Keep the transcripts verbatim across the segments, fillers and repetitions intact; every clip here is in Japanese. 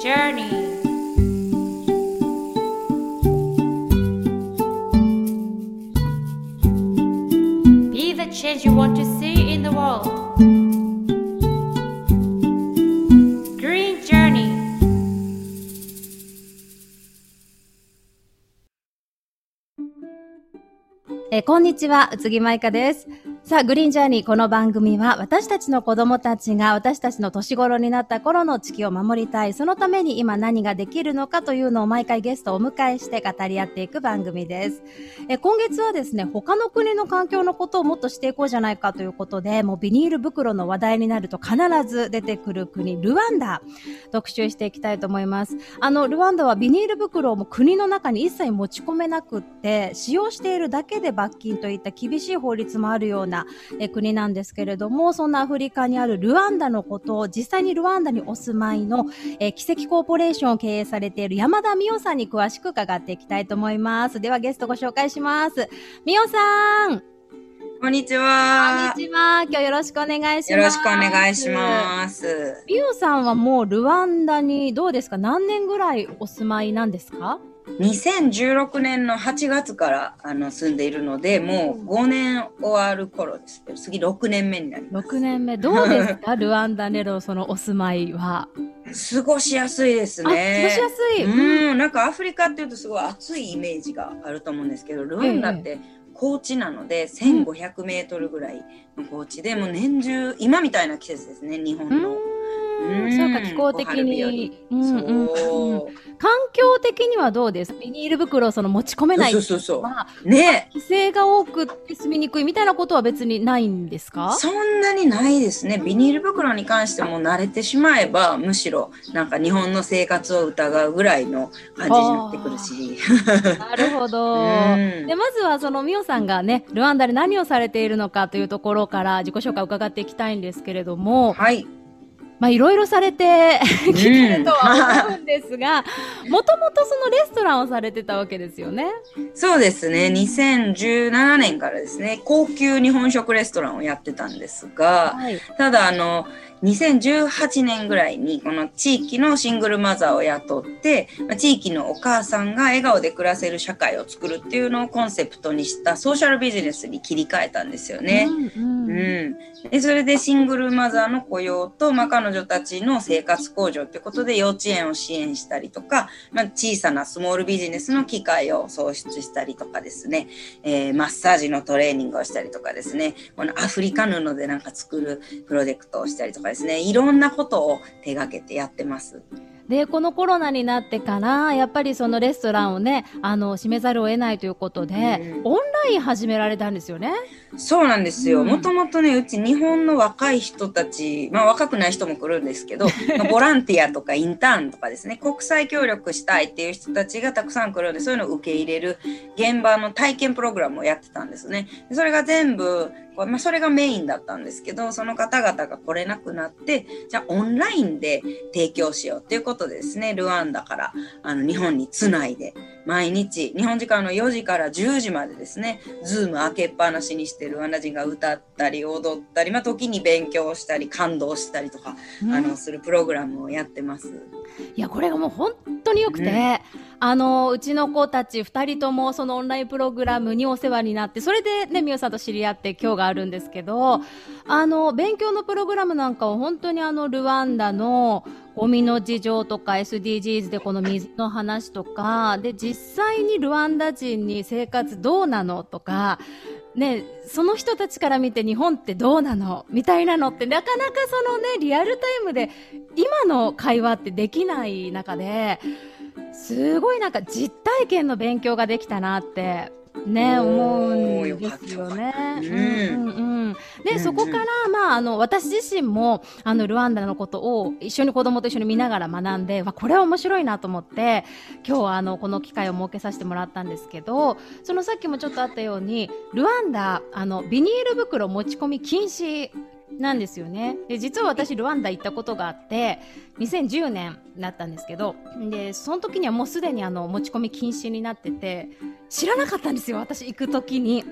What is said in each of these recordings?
Journey. Be the change you want to see in the world. Green Journey. えー、こんにちは、宇津木舞香です。さあ、グリーンジャーニー、この番組は私たちの子供たちが私たちの年頃になった頃の地球を守りたい、そのために今何ができるのかというのを毎回ゲストをお迎えして語り合っていく番組です。え今月はですね、他の国の環境のことをもっとしていこうじゃないかということで、もうビニール袋の話題になると必ず出てくる国、ルワンダ、特集していきたいと思います。あの、ルワンダはビニール袋をもう国の中に一切持ち込めなくって、使用しているだけで罰金といった厳しい法律もあるようなえ国なんですけれども、そんなアフリカにあるルワンダのことを、実際にルワンダにお住まいのえ奇跡コーポレーションを経営されている山田美代さんに詳しく伺っていきたいと思います。ではゲストご紹介します。美代さん、 こんにちは。 こんにちは。今日よろしくお願いします。 よろしくお願いします。 美代さんはもうルワンダにどうですか、何年ぐらいお住まいなんですか？ にせんじゅうろくねんのはちがつからあの住んでいるので、もうごねん終わる頃ですけど、次ろくねんめになります。 ろくねんめ、どうですかルワンダでのそのお住まいは。 過ごしやすいですね。 過ごしやすい。 うん、なんかアフリカっていうとすごい暑いイメージがあると思うんですけど、ルワンダって高地なのでせんごひゃくメートルぐらいの高地で、もう年中今みたいな季節ですね、日本の。 うん、そうか、気候的に、うんうんうん、 そう環境的にはどうです？ビニール袋をその持ち込めないとか、 そうそうそうね、 規制が多くて住みにくいみたいなことは別にないんですか？ そんなにないですね。ビニール袋に関しても慣れてしまえば、むしろなんか日本の生活を疑うぐらいの感じになってくるし。 なるほど。で、まずはその美代さんがね、ルワンダで何をされているのかというところから自己紹介を伺っていきたいんですけれども、 はい。 まあいろいろされてきてるとは思うんですが、もともとそのレストランをされてたわけですよね。 そうですね。にせんじゅうななねんからですね、高級日本食レストランをやってたんですが、はい、ただあの、にせんじゅうはちねんぐらいにこの地域のシングルマザーを雇って、地域のお母さんが笑顔で暮らせる社会を作るっていうのをコンセプトにしたソーシャルビジネスに切り替えたんですよね。うんうんうん、でそれでシングルマザーの雇用と、まあ、彼女たちの生活向上ということで幼稚園を支援したりとか、まあ、小さなスモールビジネスの機会を創出したりとかですね、えー、マッサージのトレーニングをしたりとかですね、このアフリカ布でなんか作るプロジェクトをしたりとかですね、いろんなことを手掛けてやってます。 で、このコロナになってから、やっぱりそのレストランをね、あの、閉めざるを得ないということで、うん、オンライン始められたんですよね。 そうなんですよ。もともとね、うち日本の若い人たち、まあ若くない人も来るんですけど、ボランティアとかインターンとかですね、国際協力したいっていう人たちがたくさん来るんで、そういうのを受け入れる現場の体験プログラムをやってたんですね。それが全部、まあ、それがメインだったんですけど、その方々が来れなくなって、じゃあオンラインで提供しようっていうことでですね、ルワンダからあの日本につないで、毎日日本時間のよじからじゅうじまでですね、ズーム開けっぱなしにしてルワンダ人が歌ったり踊ったり、まあ、時に勉強したり感動したりとか、うん、あのするプログラムをやってます。 いや、これがもう本当によくて、うん、あのうちの子たちふたりともそのオンラインプログラムにお世話になって、それでね、美代さんと知り合って今日があるんですけど、あの勉強のプログラムなんかを本当にあのルワンダのゴミの事情とか エスディージーズ でこの水の話とかで、実際にルワンダ人に生活どうなのとかね、その人たちから見て日本ってどうなのみたいなのってなかなかそのね、リアルタイムで今の会話ってできない中で、すごいなんか実体験の勉強ができたなってね、思うんですよね。うんうんうん、で、うんうん、そこから、まあ、あの私自身もあのルワンダのことを一緒に子供と一緒に見ながら学んで、わ、これは面白いなと思って今日はあのこの機会を設けさせてもらったんですけど、そのさっきもちょっとあったようにルワンダあのビニール袋持ち込み禁止なんですよね。で、実は私ルワンダ行ったことがあってにせんじゅうねんだったんですけど、でその時にはもうすでにあの持ち込み禁止になってて、知らなかったんですよ、私行く時に。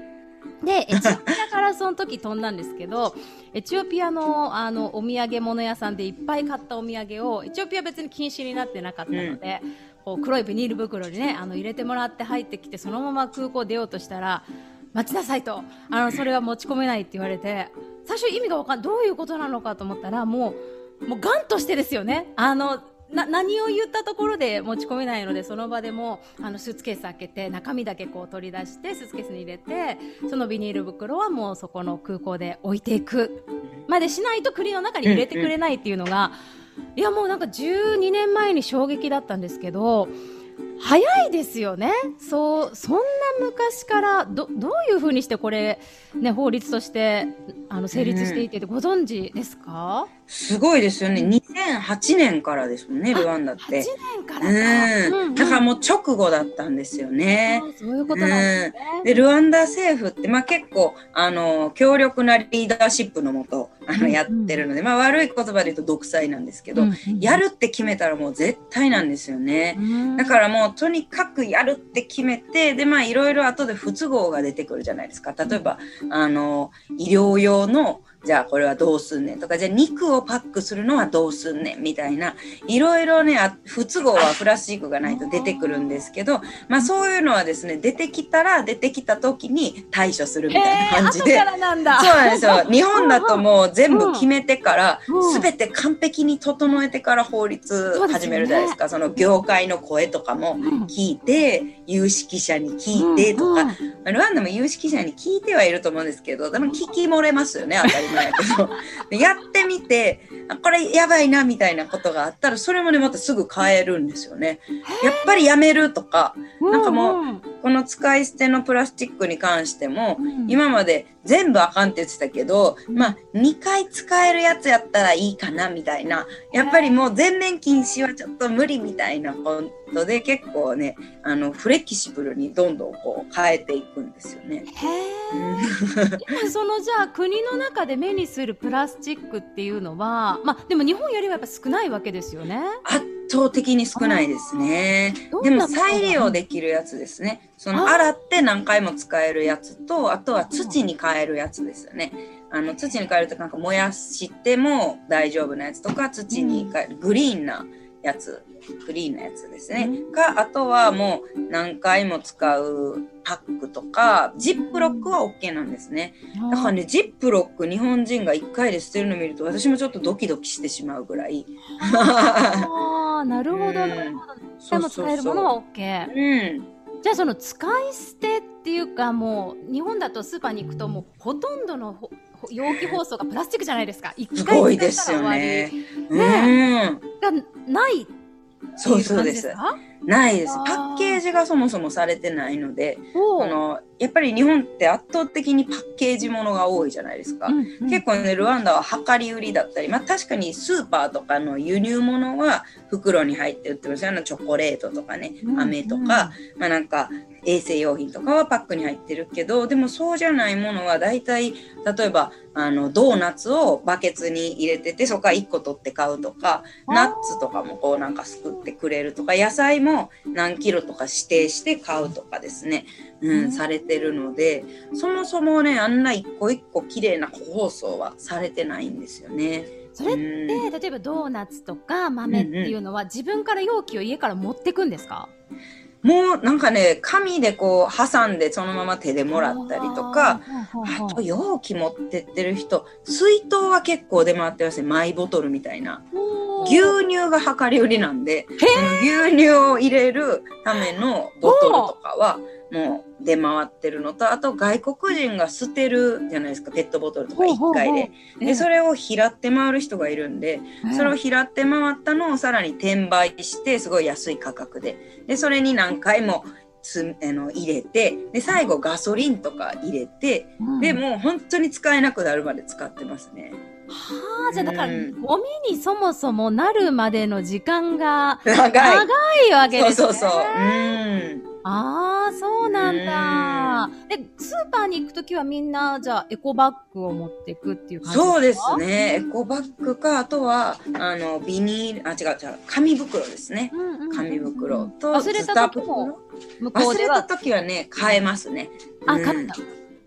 で、エチオピアからその時飛んだんですけど、エチオピアのあのお土産物屋さんでいっぱい買ったお土産を、エチオピア別に禁止になってなかったので、うん、こう黒いビニール袋にね、あの入れてもらって入ってきて、そのまま空港出ようとしたら、待ちなさいと、あのそれは持ち込めないって言われて、最初意味がわかんない、どういうことなのかと思ったら、もう、もうガンとしてですよね。あのな何を言ったところで持ち込めないので、その場でもあのスーツケース開けて中身だけこう取り出してスーツケースに入れて、そのビニール袋はもうそこの空港で置いていくまでしないと国の中に入れてくれないっていうのが、いやもうなんかじゅうにねんまえに衝撃だったんですけど、早いですよね。そうそんな昔からどどういうふうにしてこれ、ね、法律としてあの成立していて、うん、ご存知ですか？ すごいですよね。にせんはちねんからですもんね、ルワンダって。 はちねんからか、 うんうんうん、 だからもう直後だったんですよね。 そういうことなんですね。 うん、でルワンダ政府って、まあ、結構あの強力なリーダーシップのもとあのやってるので、うんうん、まあ、悪い言葉で言うと独裁なんですけど、うんうん、やるって決めたらもう絶対なんですよね。うん、だからもうとにかくやるって決めて、でまあいろいろ後で不都合が出てくるじゃないですか。例えばあの医療用のじゃあこれはどうすんねんとか、じゃあ肉をパックするのはどうすんねんみたいな、いろいろね、不都合はプラスチックがないと出てくるんですけど、まあそういうのはですね、出てきたら出てきた時に対処するみたいな感じで、 後からなんだ。 そうなんですよ。日本だともう全部決めてから、すべて完璧に整えてから法律始めるじゃないですか。その業界の声とかも聞いて、有識者に聞いてとか、ルワンダも有識者に聞いてはいると思うんですけど、でも聞き漏れますよね、当たり前。やってみてこれやばいなみたいなことがあったら、それもねまたすぐ変えるんですよね。やっぱりやめるとか、なんかもうこの使い捨てのプラスチックに関しても、今まで全部あかんって言ってたけど、まあにかい使えるやつやったらいいかなみたいな、やっぱりもう全面禁止はちょっと無理みたいなことで、結構ねあのフレキシブルにどんどんこう変えていくんですよね。 へー今そのじゃあ国の中で目にするプラスチックっていうのは、まあでも日本よりはやっぱ少ないわけですよね。 圧倒的に少ないですね。でも再利用できるやつですね。その洗って何回も使えるやつと、あとは土に変えるやつですよね。あの土に変えるとなんか燃やしても大丈夫なやつとか、土に変えるグリーンなやつ、クリーンなやつですね。か、あとはもう何回も使うパックとか、ジップロックは OK なんですね。だからね、ジップロック日本人がいっかいで捨てるのを見ると、私もちょっとドキドキしてしまうぐらい。 ああ、なるほど、なるほど。でも使えるものは OK。うん。じゃあその使い捨てっていうか、もう日本だとスーパーに行くともうほとんどの容器包装がプラスチックじゃないですか。一回使ったら終わり。ね、うんがないそうそうです。ないです。パッケージがそもそもされてないので、あのやっぱり日本って圧倒的にパッケージものが多いじゃないですか。うんうん、結構ね、ルワンダは量り売りだったり、まあ確かにスーパーとかの輸入物は袋に入って売ってます。あのチョコレートとかね、飴とか、うんうん、まあなんか衛生用品とかはパックに入ってるけど、でもそうじゃないものはだいたい、例えばあのドーナツをバケツに入れてて、そこからいっこ取って買うとか、ナッツとかもこうなんかすくってくれるとか、野菜も何キロとか指定して買うとかですね、うん、されてるので、そもそもね、あんな一個一個綺麗な個包装はされてないんですよね。 それって、うん、例えばドーナツとか豆っていうのは、うんうん、自分から容器を家から持ってくんですか？ もうなんかね、紙でこう挟んでそのまま手でもらったりとか、あと容器持ってってる人、水筒は結構出回ってますね。マイボトルみたいな。牛乳が量り売りなんで、牛乳を入れるためのボトルとかはもう出回ってるのと、あと外国人が捨てるじゃないですか、ペットボトルとかいっかいで。で、それを拾って回る人がいるんで、それを拾って回ったのをさらに転売して、すごい安い価格で。で、それに何回もつあの入れて、で、最後ガソリンとか入れて、で、もう本当に使えなくなるまで使ってますね。 はあ、じゃあだから、うん、ゴミにそもそもなるまでの時間が長い、長いわけですね。そうそうそう。うん。ああ、そうなんだ。で、スーパーに行くときはみんな、じゃあ、エコバッグを持っていくっていう感じですか？ そうですね。エコバッグか、あとは、あの、ビニール、あ、違う違う、紙袋ですね。うんうんうん、紙袋と、 忘れたときも、 向こうでは忘れたときはね、買えますね。 あ、買った。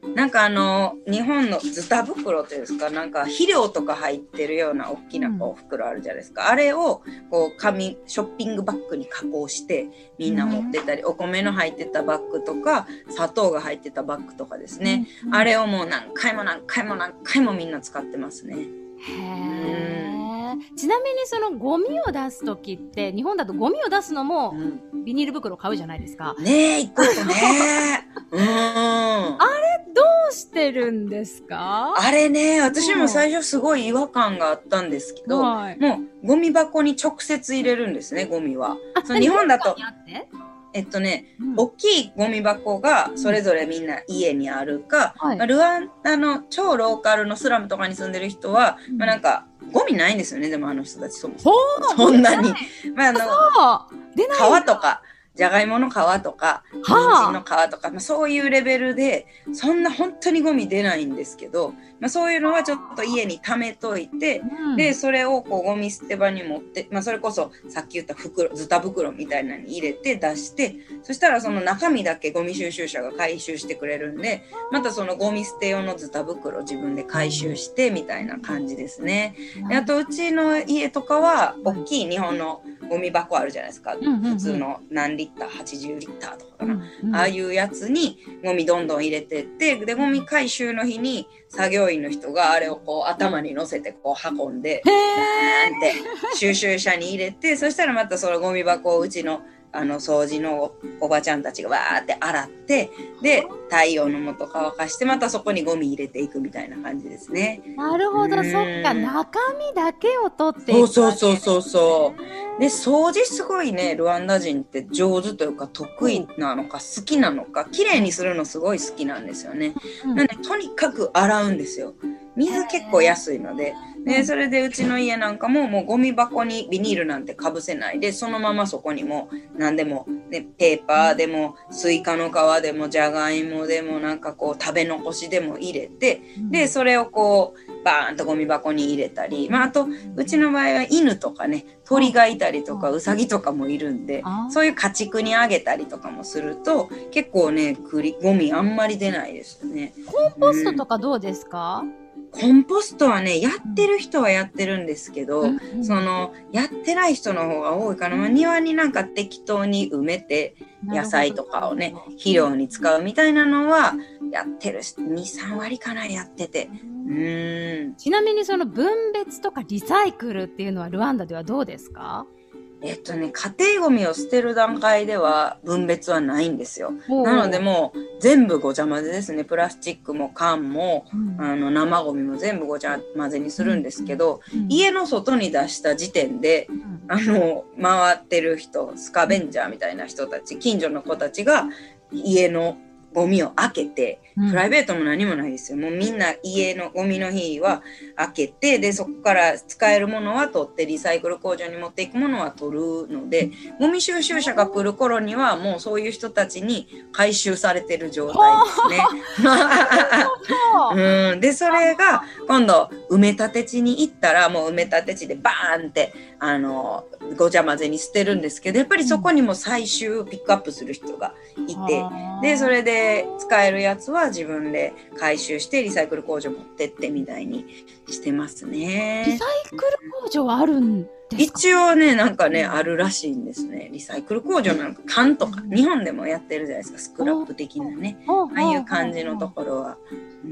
なんかあの日本のズタ袋というんですか、なんか肥料とか入ってるような大きなこう袋あるじゃないですか、うん、あれをこう紙ショッピングバッグに加工してみんな持ってたり、うん、お米の入ってたバッグとか砂糖が入ってたバッグとかですね、うん、あれをもう何回も何回も何回もみんな使ってますね。 へー。ちなみにそのゴミを出すときって日本だとゴミを出すのもビニール袋買うじゃないですか、 うん、ねえ一個一個ねうんあれどうしてるんですか？ あれね、私も最初すごい違和感があったんですけど、はい、もうゴミ箱に直接入れるんですね、ゴミは。その日本だとえっとね、うん、大きいゴミ箱がそれぞれみんな家にあるか、うん、まあ、ルワンダの超ローカルのスラムとかに住んでる人は、うん、まあ、なんかゴミないんですよね、でもあの人たちそもそもそんなに、まあ、あの皮とかじゃがいもの皮とか人参の皮とか、まあ、そういうレベルでそんな本当にゴミ出ないんですけど、まあ、そういうのはちょっと家に溜めといて、うん、でそれをこうゴミ捨て場に持って、まあ、それこそさっき言った袋ズタ袋みたいなのに入れて出して、そしたらその中身だけゴミ収集車が回収してくれるんで、またそのゴミ捨て用のズタ袋自分で回収してみたいな感じですね。であとうちの家とかは大きい日本のゴミ箱あるじゃないですか、うんうんうん、普通の何リッターはちじゅうリッターとかかな、うんうん、ああいうやつにゴミどんどん入れてって、でゴミ回収の日に作業員の人があれをこう頭に乗せてこう運んでバーンって収集車に入れて、そしたらまたそのゴミ箱をうちのあの掃除のおばちゃんたちがわーって洗って、で太陽の下乾かしてまたそこにゴミ入れていくみたいな感じですね。 なるほど、そっか、中身だけを取っていく。 そうそうそうそうそうで、掃除すごいね、ルワンダ人って上手というか得意なのか好きなのか、綺麗にするのすごい好きなんですよね、うん、なんでとにかく洗うんですよ。水結構安いので、でそれでうちの家なんかももうゴミ箱にビニールなんてかぶせないで、そのままそこにも何でも、ね、ペーパーでもスイカの皮でもじゃがいもでもなんかこう食べ残しでも入れて、でそれをこうバーンとゴミ箱に入れたり、まあ、あとうちの場合は犬とかね鳥がいたりとかウサギとかもいるんで、そういう家畜にあげたりとかもすると結構ねゴミあんまり出ないですよね。 コンポストとかどうですか？うん、 コンポストはね、やってる人はやってるんですけど、うんうん、そのやってない人の方が多いから、まあ、庭になんか適当に埋めて野菜とかをね肥料に使うみたいなのはやってるし、に、さんわりかなやってて、うーん。 ちなみにその分別とかリサイクルっていうのはルワンダではどうですか？ えっとね、家庭ゴミを捨てる段階では分別はないんですよ。なのでもう全部ごちゃ混ぜですね。プラスチックも缶も、うん、あの生ゴミも全部ごちゃ混ぜにするんですけど、うんうん、家の外に出した時点で、うん、あの回ってる人、スカベンジャーみたいな人たち、近所の子たちが家のゴミを開けて、プライベートも何もないですよ。もうみんな家のゴミの日は開けて、でそこから使えるものは取ってリサイクル工場に持っていくものは取るので、ゴミ収集車が来る頃にはもうそういう人たちに回収されてる状態ですね。うん、でそれが今度埋め立て地に行ったら、もう埋め立て地でバーンってあのごちゃ混ぜに捨てるんですけど、やっぱりそこにも最終ピックアップする人がいて、でそれで使えるやつは自分で回収してリサイクル工場持ってってみたいにしてますね。 リサイクル工場はあるんですか？ 一応ね、なんかね、あるらしいんですね。リサイクル工場なんか缶とか、日本でもやってるじゃないですか、スクラップ的なね、ああいう感じのところは。うん、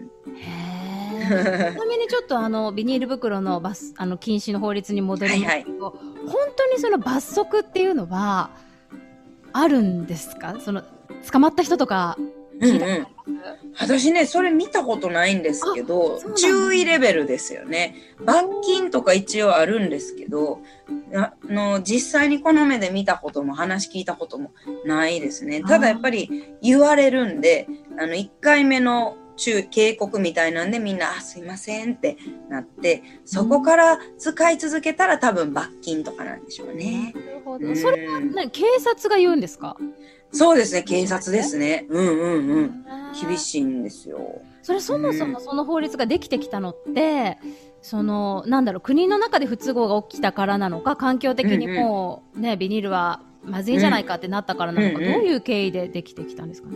へー。ちなみにちょっとあのビニール袋のバスあの禁止の法律に戻りますけど、はいはい、本当にその罰則っていうのはあるんですか？その捕まった人とか聞いたことあります？うんうん、 私ね、それ見たことないんですけど、注意レベルですよね。罰金とか一応あるんですけど、あの実際にこの目で見たことも話聞いたこともないですね。ただやっぱり言われるんで、あのいっかいめの注警告みたいなんでみんなあすいませんってなって、そこから使い続けたら多分罰金とかなんでしょうね。 なるほど。うん、それは何、警察が言うんですか？ そうですね、警察ですね。うんうんうん。厳しいんですよ。 それそもそもその法律ができてきたのって、うん、そのなんだろう、国の中で不都合が起きたからなのか、環境的にもうね、ビニールはまずいんじゃないかってなったからなのか、うんうん、どういう経緯でできてきたんですかね？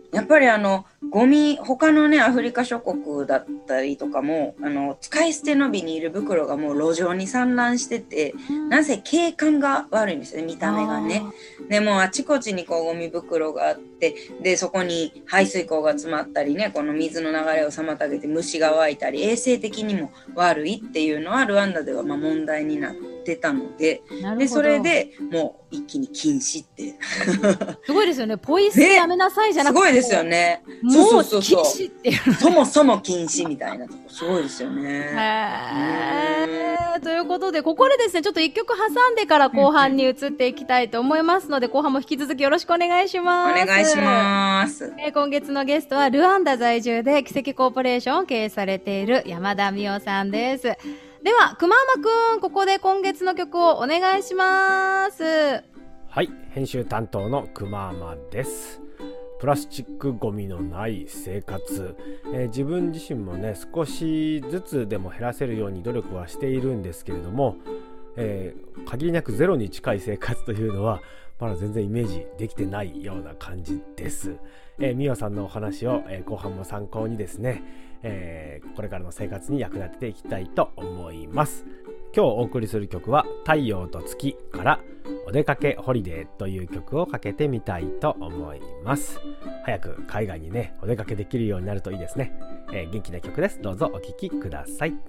やっぱりあのゴミ他のねアフリカ諸国だったりとかもあの使い捨てのビニール袋がもう路上に散乱してて、うん、なぜ景観が悪いんですね見た目がね。でもあちこちにこうゴミ袋があってでそこに排水口が詰まったりねこの水の流れを妨げて虫が湧いたり衛生的にも悪いっていうのはルワンダではまあ問題になってたので、でそれでもう一気に禁止ってすごいですよね。ポイ捨てやめなさいじゃなくて、 すごいですよね。 もう禁止っていう、 そもそも禁止みたいなとこすごいですよね。 へーということでここでですねちょっと一曲挟んでから後半に移っていきたいと思いますので、後半も引き続きよろしくお願いします。 お願いします。 えー、今月のゲストはルワンダ在住で奇跡コーポレーションを経営されている山田美代さんです。ではくままくんここで今月の曲をお願いします。 はい、編集担当のくままです。プラスチックゴミのない生活、えー、自分自身もね少しずつでも減らせるように努力はしているんですけれども、えー、限りなくゼロに近い生活というのはまだ全然イメージできてないような感じです。えー、みおさんのお話を、えー、後半も参考にですね、えー、これからの生活に役立てていきたいと思います。今日お送りする曲は太陽と月からお出かけホリデーという曲をかけてみたいと思います。早く海外にねお出かけできるようになるといいですね。えー、元気な曲です。どうぞお聴きください。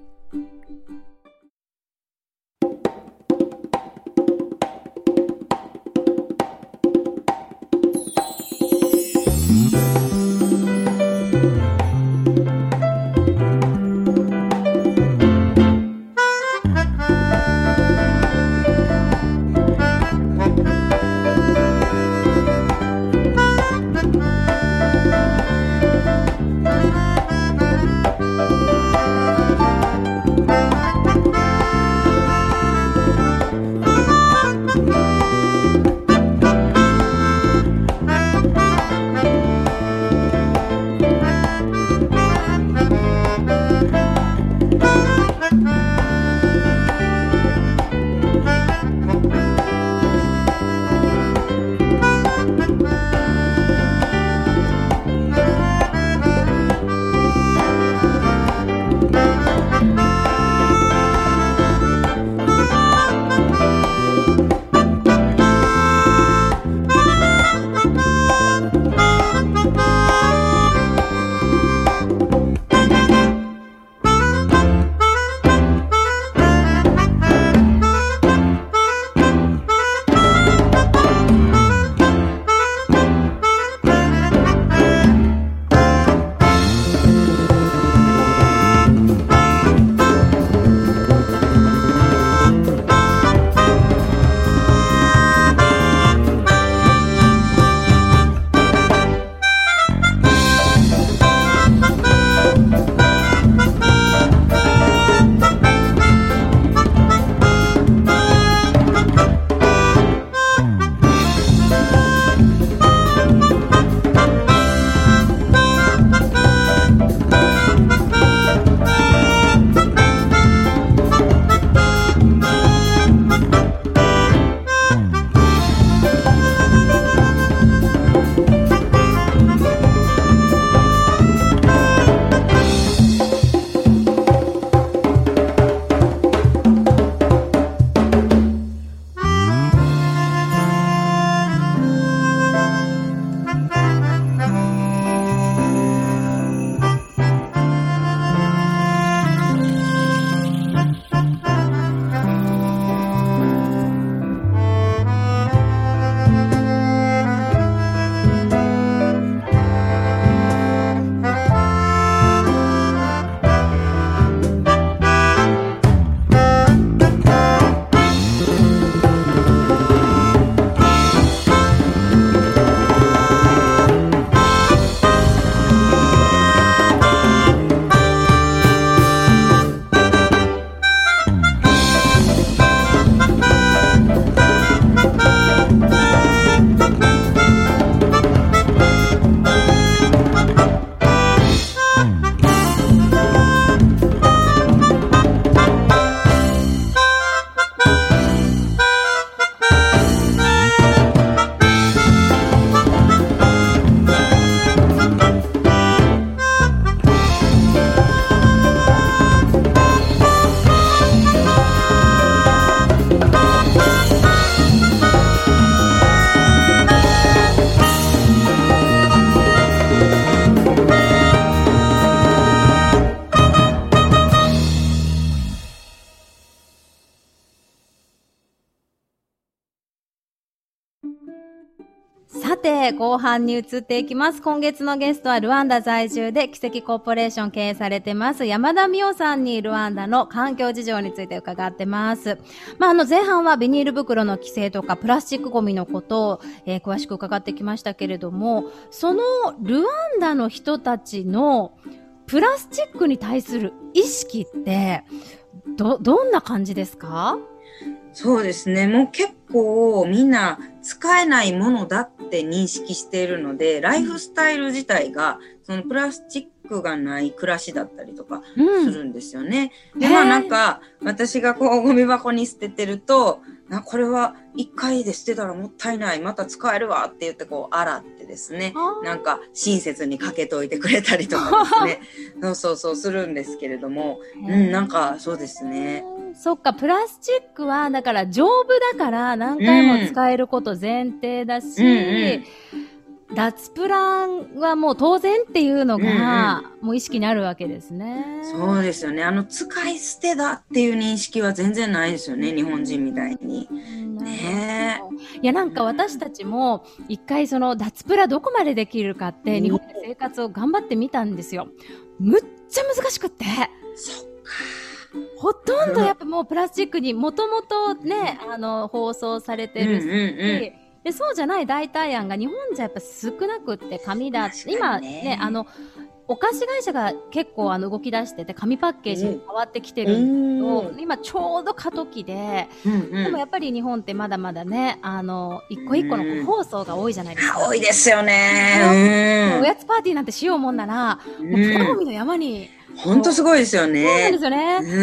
て、後半に移っていきます。今月のゲストはルワンダ在住で奇跡コーポレーション経営されてます、山田美代さんにルワンダの環境事情について伺ってます。まあ、あの、前半はビニール袋の規制とかプラスチックゴミのことを、えー、詳しく伺ってきましたけれども、そのルワンダの人たちのプラスチックに対する意識って、ど、どんな感じですか？ そうですね。もう結構みんな使えないものだって認識しているので、ライフスタイル自体がそのプラスチックがない暮らしだったりとかするんですよね。うん、で、まあなんか私がこうゴミ箱に捨ててると、なこれは一回で捨てたらもったいない、また使えるわって言ってこう洗ってですね、なんか親切にかけといてくれたりとかですね、そうそうそうするんですけれども、うん、なんかそうですね。 そっか、プラスチックはだから丈夫だから何回も使えること前提だし、うんうんうん、脱プランはもう当然っていうのが、うんうん、もう意識にあるわけですね。 そうですよね。あの使い捨てだっていう認識は全然ないですよね、日本人みたいに。ねえ。いや、なんか私たちも一回その脱プラどこまでできるかって日本で生活を頑張ってみたんですよ。むっちゃ難しくって。 そっか。 ほとんどやっぱもうプラスチックにもともとね、あの、包装されてるし、うんうんうん、で、そうじゃない代替案が日本じゃやっぱ少なくって紙だって、ね、今ね、あの、お菓子会社が結構あの動き出してて紙パッケージに変わってきてるんですけど、うん、今ちょうど過渡期で、うんうん、でもやっぱり日本ってまだまだね、あの、一個一個の包装が多いじゃないですか。 うん、多いですよね。 うん、おやつパーティーなんてしようもんなら、うん、もうプラゴミの山に、 ほんとすごいですよね。 そうなんですよね。うん。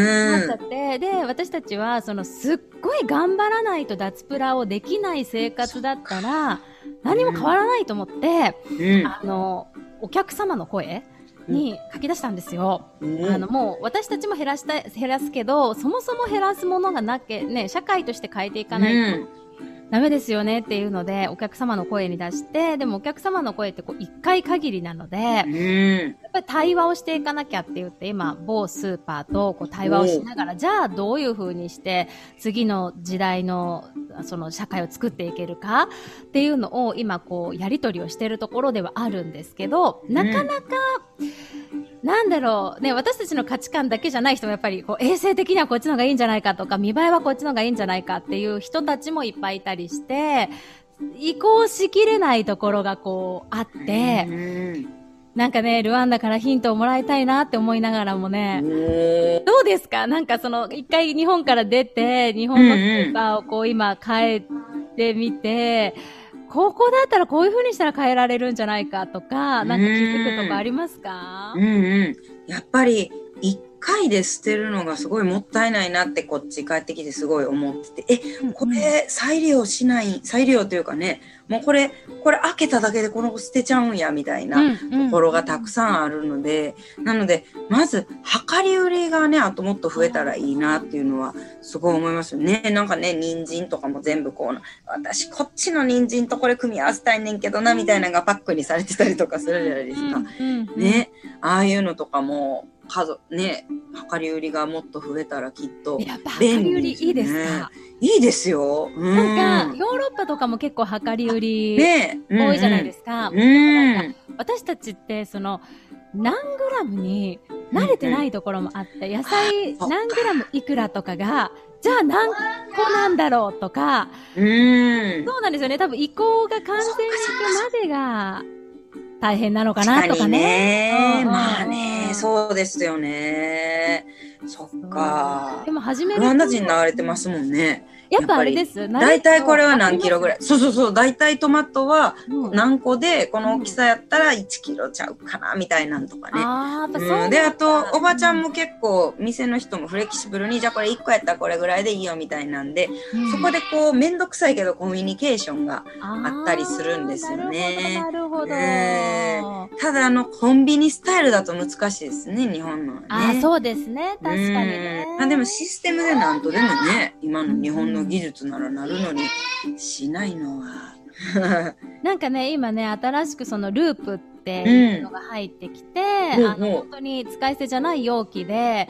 なっちゃって。で、私たちは、その、すっごい頑張らないと脱プラをできない生活だったら、何も変わらないと思って、うん、あの、お客様の声に書き出したんですよ。うん、あの、もう、私たちも減らしたい、減らすけど、そもそも減らすものがなけ、ね、社会として変えていかないと、うんダメですよねっていうので、お客様の声に出して、でもお客様の声ってこう一回限りなので、うん、やっぱり対話をしていかなきゃって言って、今、某スーパーとこう対話をしながら、じゃあどういう風にして、次の時代のその社会を作っていけるかっていうのを今こうやり取りをしているところではあるんですけど、なかなか、うんなんだろうね、私たちの価値観だけじゃない人もやっぱりこう衛生的にはこっちの方がいいんじゃないかとか見栄えはこっちの方がいいんじゃないかっていう人たちもいっぱいいたりして移行しきれないところがこうあってなんかねルワンダからヒントをもらいたいなって思いながらもねどうですかなんかその一回日本から出て日本のスーパーをこう今変えてみてここだったらこういう風にしたら変えられるんじゃないかとか、なんか気づくとかありますか？ うんうん。やっぱり一回で捨てるのがすごいもったいないなってこっち帰ってきてすごい思ってて、え、これ再利用しない、再利用というかね、もうこれ、これ開けただけでこの子捨てちゃうんやみたいなところがたくさんあるので、うんうん、なので、まず量り売りがね、あともっと増えたらいいなっていうのはすごい思いますよね。なんかね、人参とかも全部こう、私こっちの人参とこれ組み合わせたいねんけどなみたいなのがパックにされてたりとかするじゃないですか。うんうんうん、ね、ああいうのとかも、数ね、量り売りがもっと増えたらきっと便利ですね。量り売りいいですか？いいですよ。うん、 なんかヨーロッパとかも結構量り売り多いじゃないですか。ねうんうん、私たちってその何グラムに慣れてないところもあって、うんうん、野菜何グラムいくらとかがじゃあ何個なんだろうとか、うん、そうなんですよね。多分移行が完全にいくまでが大変なのかなとかね。 ねまあね、そうですよね。そっか。 でも初めルワンダ人になられてますもんね。 やっぱあれです。 だいたいこれは何キロぐらい？そうそうそう。だいたいトマトは何個でこの大きさやったらいちキロちゃうかなみたいなんとかね。あー、そう、うん。で、あとおばちゃんも結構店の人もフレキシブルにじゃあこれいっこやったらこれぐらいでいいよみたいなんで、うん、そこでこうめんどくさいけどコミュニケーションがあったりするんですよね。 なるほど。 えー、ただあのコンビニスタイルだと難しいですね、日本のはね。 あ、そうですね。確かにね。 あでもシステムでなんとでもね、今の日本の技術ならなるのにしないのはなんかね今ね新しくそのループっていうのが入ってきて、うん、あの本当に使い捨てじゃない容器で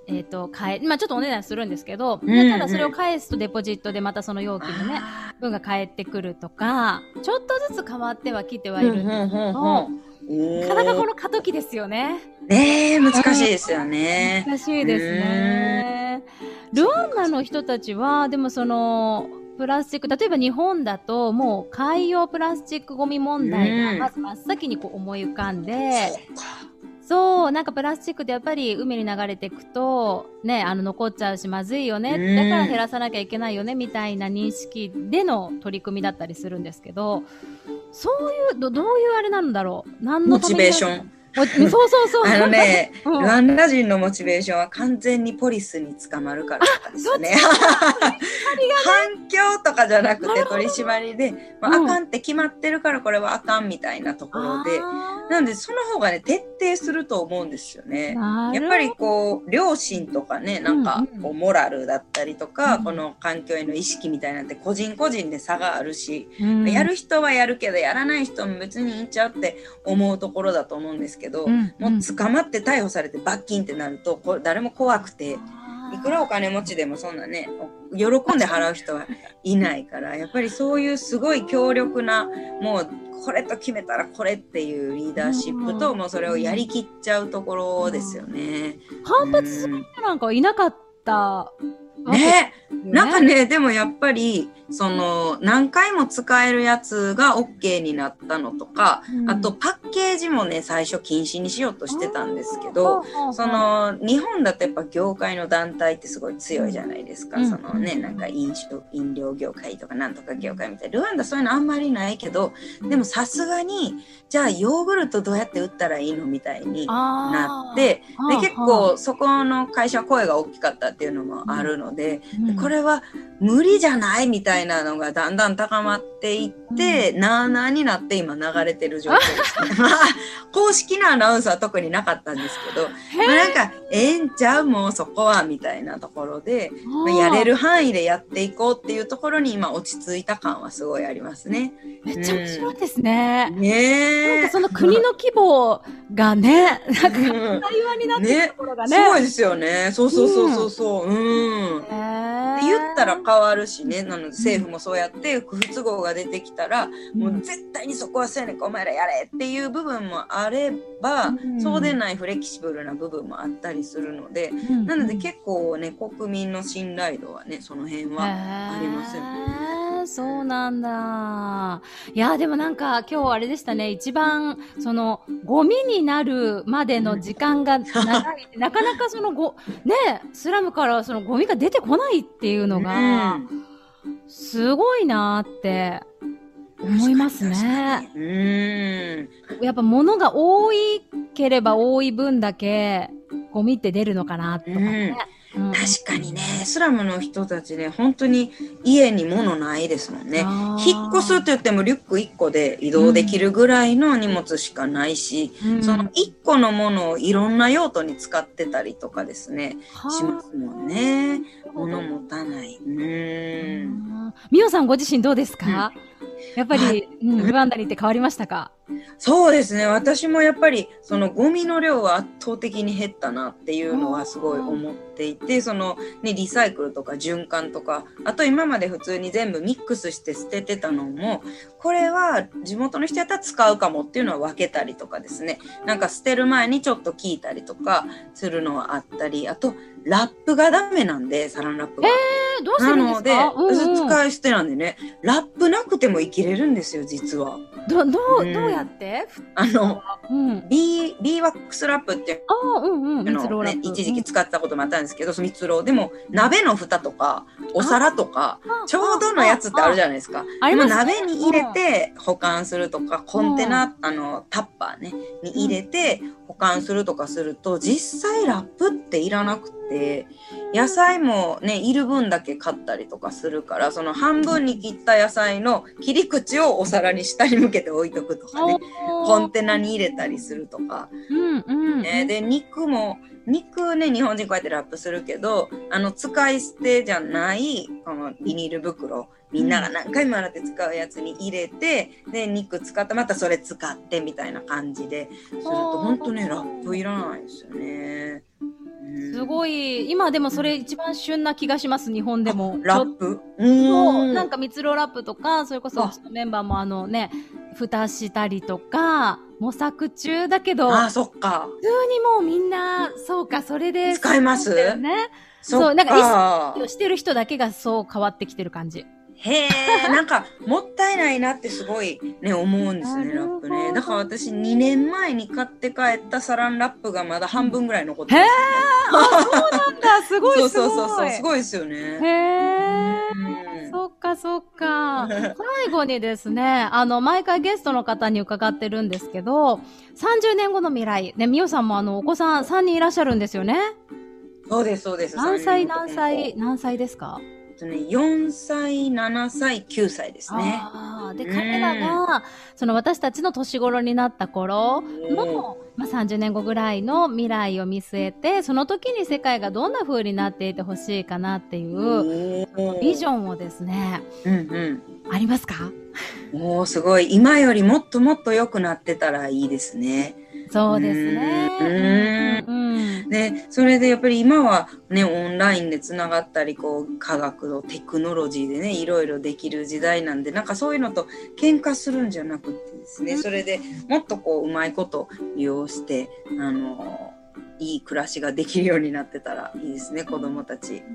えっ、と、買え、まあちょっとお値段するんですけど、 うんうん、 ただそれを返すとデポジットでまたその容器のね、分が返ってくるとか、ちょっとずつ変わってはきてはいるんですけど、なかなかこの過渡期ですよね。 ねえ、難しいですよね。 難しいですね。ルワンダの人たちは、でもその、プラスチック、例えば日本だと、もう海洋プラスチックゴミ問題がまず真っ先にこう思い浮かんで、そう、なんかプラスチックってやっぱり海に流れていくと、ね、あの残っちゃうしまずいよね。だから減らさなきゃいけないよね、みたいな認識での取り組みだったりするんですけど、そういう、ど、どういうあれなんだろう。何のモチベーション。 そうそうそう。 あのね、 うん、 ルワンダ人のモチベーションは完全にポリスに捕まるからですよね。反響とかじゃなくて取り締まりで、まあ、あかんって決まってるからこれはあかんみたいなところで、なのでその方がね、徹底すると思うんですよね。やっぱりこう、良心とかね、なんかこうモラルだったりとか、うん、この環境への意識みたいなんて個人個人で差があるし、うん、やる人はやるけど、やらない人も別にいいんちゃうって思うところだと思うんですけど、うん、もう捕まって逮捕されて罰金ってなるとこれ誰も怖くて、いくらお金持ちでもそんなね喜んで払う人はいないから、やっぱりそういうすごい強力な、もうこれと決めたらこれっていうリーダーシップと、もうそれをやりきっちゃうところですよね。 反発する人なんかいなかったね。なんかね、でもやっぱりその何回も使えるやつが OK になったのとか、うん、あとパッケージもね最初禁止にしようとしてたんですけど、その日本だとやっぱ業界の団体ってすごい強いじゃないですか、うん、そのね、なんか飲酒飲料業界とかなんとか業界みたいな。ルワンダそういうのあんまりないけど、でもさすがにじゃあヨーグルトどうやって売ったらいいのみたいになって、で結構そこの会社は声が大きかったっていうのもあるので、うん、これは無理じゃないみたいなのがだんだん高まっていって、うん、なあなあになって今流れてる状況ですね。まあ公式なアナウンスは特になかったんですけど、まあ、なんかええんちゃうもうそこはみたいなところで、まあ、やれる範囲でやっていこうっていうところに今落ち着いた感はすごいありますね。 めっちゃ面白いですね。 うん、ねなんかその国の規模がね、なんか対話になってるところがね。 ね、すごいですよね。そうそうそうそうそう。うん。うん、って言ったら変わるしね。なので政府もそうやって不都合が出てきたら、うん、もう絶対にそこはせやねんかお前らやれっていう部分もあれば、うん、そうでないフレキシブルな部分もあったりするので、うん、なので結構ね国民の信頼度はねその辺はありますよね。 そうなんだ。いやでもなんか今日あれでしたね。一番そのゴミになるまでの時間が長い、うん、なかなかそのごねスラムからそのゴミが出てこないっていうのが、うん、すごいなって思いますね。うん、やっぱ物が多いければ多い分だけゴミって出るのかなとかね。うんうん、確かにね、スラムの人たちね、本当に家に物ないですもんね。引っ越すって言ってもリュックいっこで移動できるぐらいの荷物しかないし、うん、そのいっこのものをいろんな用途に使ってたりとかですね、しますもんね。物持たない。うーん。 ミオさんご自身どうですか？うん、やっぱり、うん、ルワンダに行って変わりましたか？ そうですね。私もやっぱりそのゴミの量は圧倒的に減ったなっていうのはすごい思っていて、そのねリサイクルとか循環とか、あと今まで普通に全部ミックスして捨ててたのも、これは地元の人やったら使うかもっていうのは分けたりとかですね。なんか捨てる前にちょっと聞いたりとかするのはあったり、あとラップがダメなんで、サランラップが。 えー、どうしてるんですか？ なので、うんうん、使い捨てなんでね、ラップなくても生きれるんですよ、実は。 ど、どう、うん、どうやってあの、うん、ビー、ビーワックスラップっていうのをね、一時期使ったこともあったんですけど、その蜜ろう。でも、鍋の蓋とか、お皿とか、ちょうどのやつってあるじゃないですか。 ありますね。 鍋に入れて保管するとか、コンテナ、あの、タッパーね、に入れて保管するとかすると、実際ラップっていらなくて、野菜もね、いる分だけ買ったりとかするから、その半分に切った野菜の切り口をお皿に下に向けて置いとくとかね、コンテナに入れたりするとか。うんうんね、で、肉も、肉ね、日本人こうやってラップするけど、あの、使い捨てじゃない、このビニール袋、みんなが何回も洗って使うやつに入れて、で、肉使って、またそれ使ってみたいな感じですると、ほんとね、ラップいらないですよね。うすごい、今でもそれ一番旬な気がします、日本でも。 ラップそう、なんか蜜ろラップとか、それこそうちのメンバーもあのね、蓋したりとか、模索中だけど、 あ、そっか。 普通にもうみんな、そうか、それで。 使いますね。 そっか。 そう、なんか意識をしてる人だけがそう変わってきてる感じ。 へえ、なんかもったいないなってすごいね思うんですね、ラップね。だから私にねんまえに買って帰ったサランラップがまだ半分ぐらい残ってます、ね。へえ、あ、そうなんだ、すごいすごい。 そうそうそう、すごいですよね。 へえ、そっかそっか。最後にですね、あの毎回ゲストの方に伺ってるんですけど、さんじゅうねんごの未来、ね、みおさんもあのお子さんさんにんいらっしゃるんですよね。 そうですそうです。 何歳何歳何歳ですか？ よんさい、ななさい、きゅうさいですね。 あで、彼らが、その私たちの年頃になった頃の、まあ、さんじゅうねんごぐらいの未来を見据えて、その時に世界がどんな風になっていてほしいかなっていうビジョンをですね、 うんうん、 ありますか？ おー、すごい。今よりもっともっと良くなってたらいいですね。 そうですね。 うんうん、で、それでやっぱり今はね、オンラインでつながったり、こう科学のテクノロジーでね、いろいろできる時代なんで、なんかそういうのと喧嘩するんじゃなくてですね、それでもっとこううまいこと利用して、あのいい暮らしができるようになってたらいいですね、子供たち。うん。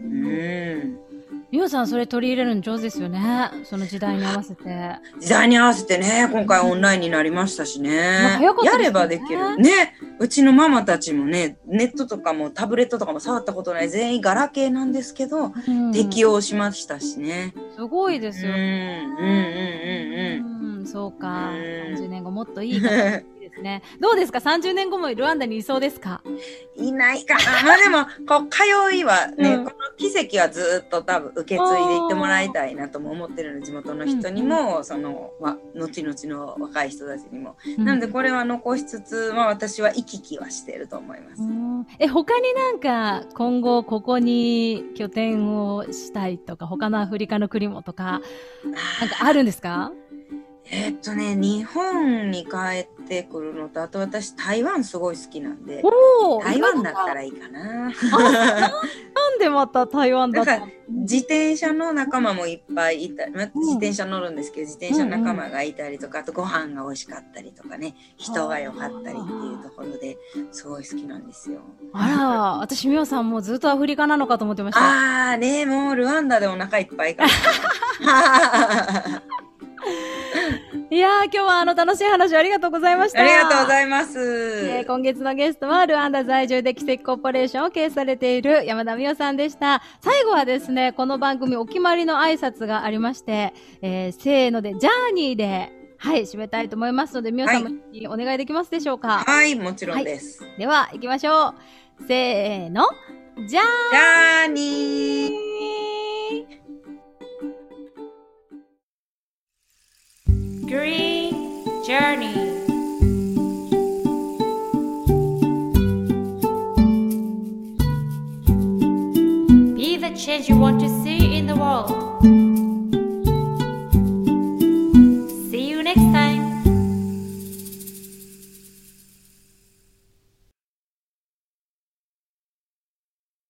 みおさん、それ取り入れるの上手ですよね。その時代に合わせて。 時代に合わせてね、今回オンラインになりましたしね。早かったですね。やればできる。ね。うちのママたちもね、ネットとかもタブレットとかも触ったことない、全員ガラケーなんですけど、うん、適応しましたしね。 すごいですよね。 うん、うん、うん、うん。 うん、そうか。さんじゅうねんごもっといいかもしれないですね。どうですか？ さんじゅう 年後もルワンダにいそうですか？ いないかな。まあでも、こう、通いはね、うん、この奇跡はずっと多分受け継いでいってもらいたいなとも思ってるので、地元の人にも、うん、その、ま、後々の若い人たちにも。うん、なので、これは残しつつ、まあ私は行き来はしてると思います。 うん、え、他になんか、今後ここに拠点をしたいとか、他のアフリカの国もとか、なんかあるんですか？ えー、っとね、日本に帰ってくるのと、あと私台湾すごい好きなんで、台湾だったらいいかな。 なんでまた台湾だったら自転車の仲間もいっぱいいたり、まあ、自転車乗るんですけど、自転車の仲間がいたりとか、あとご飯が美味しかったりとかね、人が良かったりっていうところですごい好きなんですよ。 あら、私みおさんもうずっとアフリカなのかと思ってました。 ああね、もうルワンダでお腹いっぱいかも。 いやー、今日はあの楽しい話ありがとうございました。 ありがとうございます。 えー、今月のゲストはルワンダ在住で奇跡コーポレーションを経営されている山田美代さんでした。最後はですね、この番組お決まりの挨拶がありまして、えー、せーのでジャーニーで、はい、締めたいと思いますので、美代さんもお願いできますでしょうか？ はい、もちろんです。 はい、では、行きましょう。せーの、ジャーニー。 Green Journey. Be the change you want to see in the world.